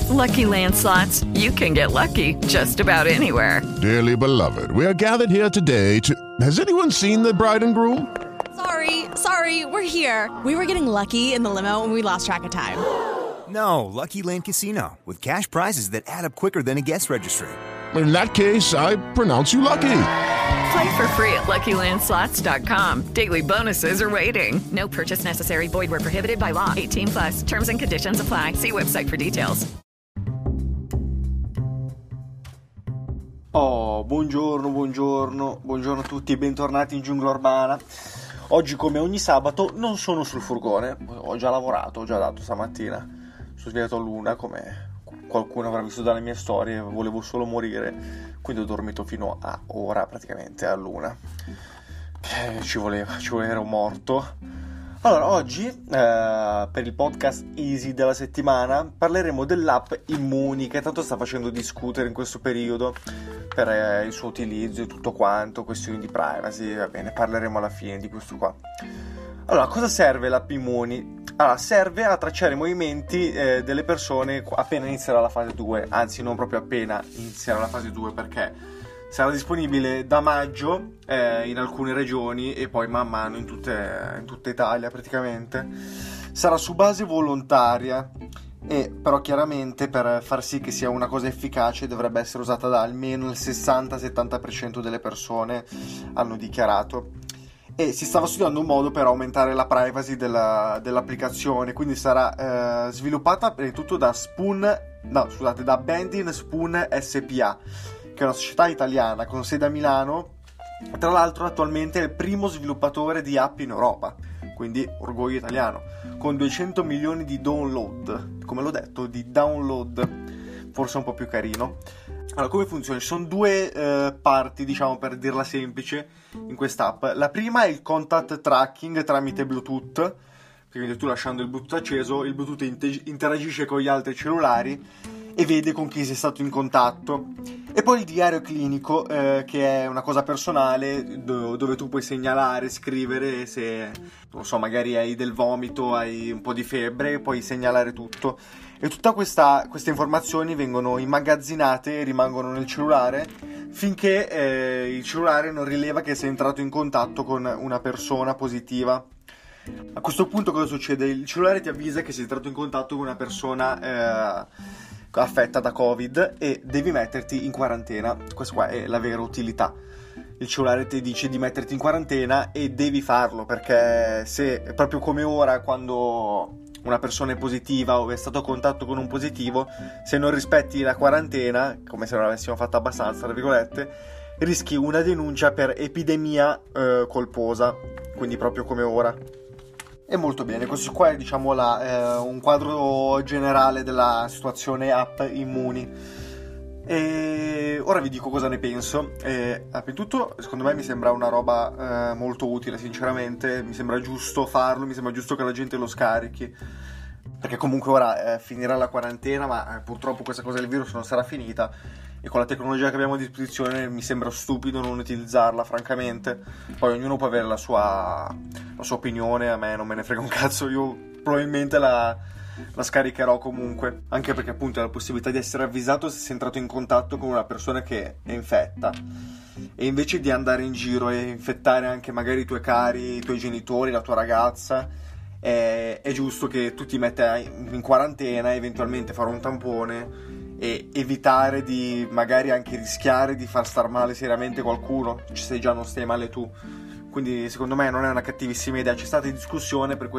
Lucky Land Slots, you can get lucky just about anywhere. Dearly beloved, we are gathered here today to... Has anyone seen the bride and groom? Sorry, we're here. We were getting lucky in the limo and we lost track of time. No, Lucky Land Casino, with cash prizes that add up quicker than a guest registry. In that case, I pronounce you lucky. Play for free at LuckyLandSlots.com. Daily bonuses are waiting. No purchase necessary. Void where prohibited by law. 18+. Terms and conditions apply. See website for details. Oh, buongiorno a tutti e bentornati in Giungla Urbana. Oggi, come ogni sabato, non sono sul furgone. Ho già lavorato, ho già dato stamattina. Sono svegliato all'una, come qualcuno avrà visto dalle mie storie. Volevo solo morire, quindi ho dormito fino a ora, praticamente all'una. Ci voleva, ero morto. Allora, oggi, per il podcast Easy della settimana, parleremo dell'app Immuni, che tanto sta facendo discutere in questo periodo per il suo utilizzo e tutto quanto, questioni di privacy. Va bene, parleremo alla fine di questo qua. Allora, cosa serve l'app Immuni? Allora, serve a tracciare i movimenti delle persone appena inizierà la fase 2, anzi non proprio appena inizierà la fase 2, perché sarà disponibile da maggio in alcune regioni e poi man mano in tutta Italia praticamente. Sarà su base volontaria, però chiaramente per far sì che sia una cosa efficace dovrebbe essere usata da almeno il 60-70% delle persone, hanno dichiarato. E si stava studiando un modo per aumentare la privacy dell'applicazione, quindi sarà sviluppata prima di tutto da Bending Spoon SPA, che è una società italiana con sede a Milano. Tra l'altro attualmente è il primo sviluppatore di app in Europa, quindi orgoglio italiano, con 200 milioni di download, come l'ho detto, di download, forse un po' più carino. Allora, come funziona? Ci sono due parti, diciamo, per dirla semplice, in quest'app. La prima è il contact tracking tramite Bluetooth, quindi tu lasciando il Bluetooth acceso, il Bluetooth interagisce con gli altri cellulari e vede con chi sei stato in contatto. E poi il diario clinico, che è una cosa personale dove tu puoi segnalare, scrivere se, non so, magari hai del vomito, hai un po' di febbre, puoi segnalare tutto. E tutta queste informazioni vengono immagazzinate e rimangono nel cellulare finché il cellulare non rileva che sei entrato in contatto con una persona positiva. A questo punto cosa succede? Il cellulare ti avvisa che sei entrato in contatto con una persona affetta da Covid e devi metterti in quarantena. Questa qua è la vera utilità. Il cellulare ti dice di metterti in quarantena e devi farlo, perché se proprio come ora, quando una persona è positiva o è stato a contatto con un positivo, se non rispetti la quarantena, come se non l'avessimo fatta abbastanza, tra virgolette, rischi una denuncia per epidemia colposa, quindi proprio come ora. E molto bene, questo qua è, diciamo, un quadro generale della situazione app Immuni. E ora vi dico cosa ne penso. Prima di tutto, secondo me mi sembra una roba molto utile, sinceramente. Mi sembra giusto farlo, mi sembra giusto che la gente lo scarichi, perché comunque ora finirà la quarantena, ma purtroppo questa cosa del virus non sarà finita, e con la tecnologia che abbiamo a disposizione mi sembra stupido non utilizzarla, francamente. Poi ognuno può avere la sua opinione, a me non me ne frega un cazzo, io probabilmente la scaricherò comunque, anche perché appunto hai la possibilità di essere avvisato se sei entrato in contatto con una persona che è infetta, e invece di andare in giro e infettare anche magari i tuoi cari, i tuoi genitori, la tua ragazza, è giusto che tu ti metta in quarantena, eventualmente fare un tampone e evitare di magari anche rischiare di far star male seriamente qualcuno, se già non stai male tu. Quindi secondo me non è una cattivissima idea. C'è stata discussione per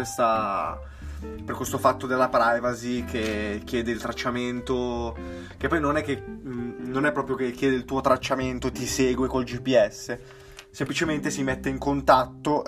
questo fatto della privacy, che chiede il tracciamento, che poi non è proprio che chiede il tuo tracciamento, ti segue col GPS, semplicemente si mette in contatto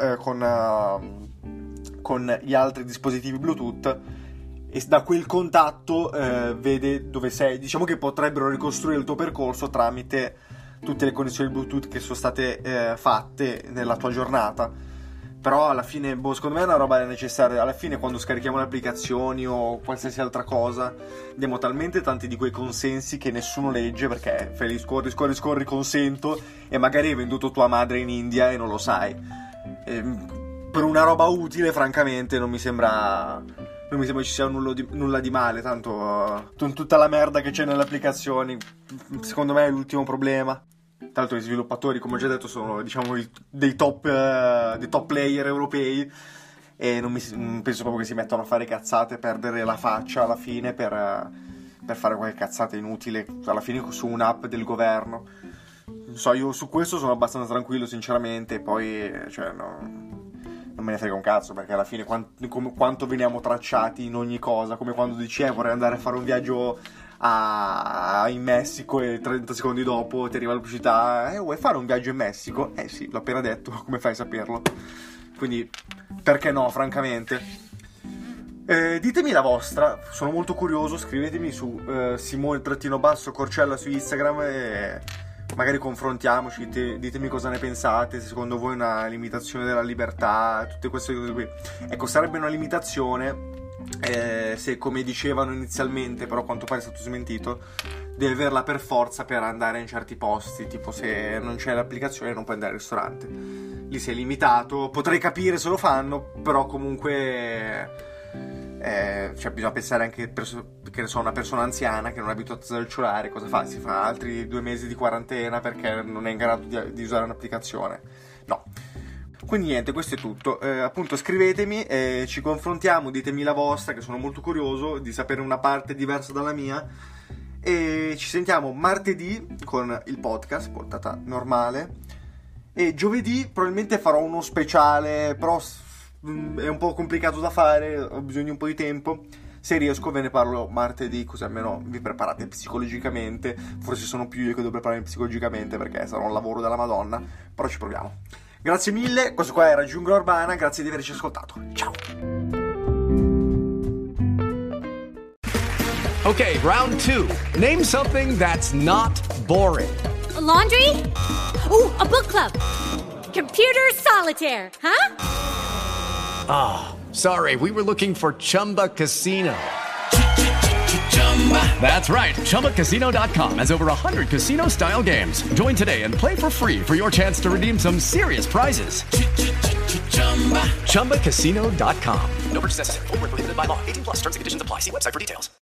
con gli altri dispositivi Bluetooth, e da quel contatto vede dove sei. Diciamo che potrebbero ricostruire il tuo percorso tramite tutte le connessioni Bluetooth che sono state fatte nella tua giornata. Però alla fine, secondo me è una roba necessaria. Alla fine, quando scarichiamo le applicazioni o qualsiasi altra cosa, diamo talmente tanti di quei consensi che nessuno legge, perché fai scorri, consento, e magari hai venduto tua madre in India e non lo sai. Per una roba utile, francamente, non mi sembra non mi sembra ci sia nulla di male, tanto tutta la merda che c'è nelle applicazioni, secondo me è l'ultimo problema. Tra l'altro gli sviluppatori, come ho già detto, sono diciamo dei top player europei, e non penso proprio che si mettano a fare cazzate, perdere la faccia alla fine per fare qualche cazzata inutile, alla fine su un'app del governo. Non so, io su questo sono abbastanza tranquillo sinceramente, poi non me ne frega un cazzo, perché alla fine quanto veniamo tracciati in ogni cosa, come quando dici vorrei andare a fare un viaggio in Messico e 30 secondi dopo ti arriva la pubblicità, vuoi fare un viaggio in Messico? Sì, l'ho appena detto, come fai a saperlo? Quindi perché no, francamente. Ditemi la vostra, sono molto curioso, scrivetemi su Simone_Corcella su Instagram e magari confrontiamoci, ditemi cosa ne pensate, se secondo voi è una limitazione della libertà, tutte queste cose qui. Ecco, sarebbe una limitazione se, come dicevano inizialmente, però a quanto pare è stato smentito, devi averla per forza per andare in certi posti, tipo se non c'è l'applicazione non puoi andare al ristorante, lì sei limitato. Potrei capire se lo fanno, però comunque bisogna pensare anche che ne so, una persona anziana che non è abituata al cellulare, cosa fa? Si fa altri 2 mesi di quarantena perché non è in grado di usare un'applicazione? No. Quindi niente, questo è tutto. Appunto, scrivetemi, ci confrontiamo, ditemi la vostra, che sono molto curioso di sapere una parte diversa dalla mia, e ci sentiamo martedì con il podcast, portata normale, e giovedì probabilmente farò uno speciale, però è un po' complicato da fare, ho bisogno di un po' di tempo. Se riesco ve ne parlo martedì, così almeno vi preparate psicologicamente. Forse sono più io che devo prepararmi psicologicamente, perché sarà un lavoro della Madonna, però ci proviamo. Grazie mille, questo qua era Giungla Urbana, grazie di averci ascoltato. Ciao! Okay, round 2. Name something that's not boring. A laundry? Ooh, a book club. Computer solitaire, huh? Ah, sorry, we were looking for Chumba Casino. That's right, ChumbaCasino.com has over 100 casino-style games. Join today and play for free for your chance to redeem some serious prizes. ChumbaCasino.com. No purchase necessary. Void where prohibited by law. 18+ terms and conditions apply. See website for details.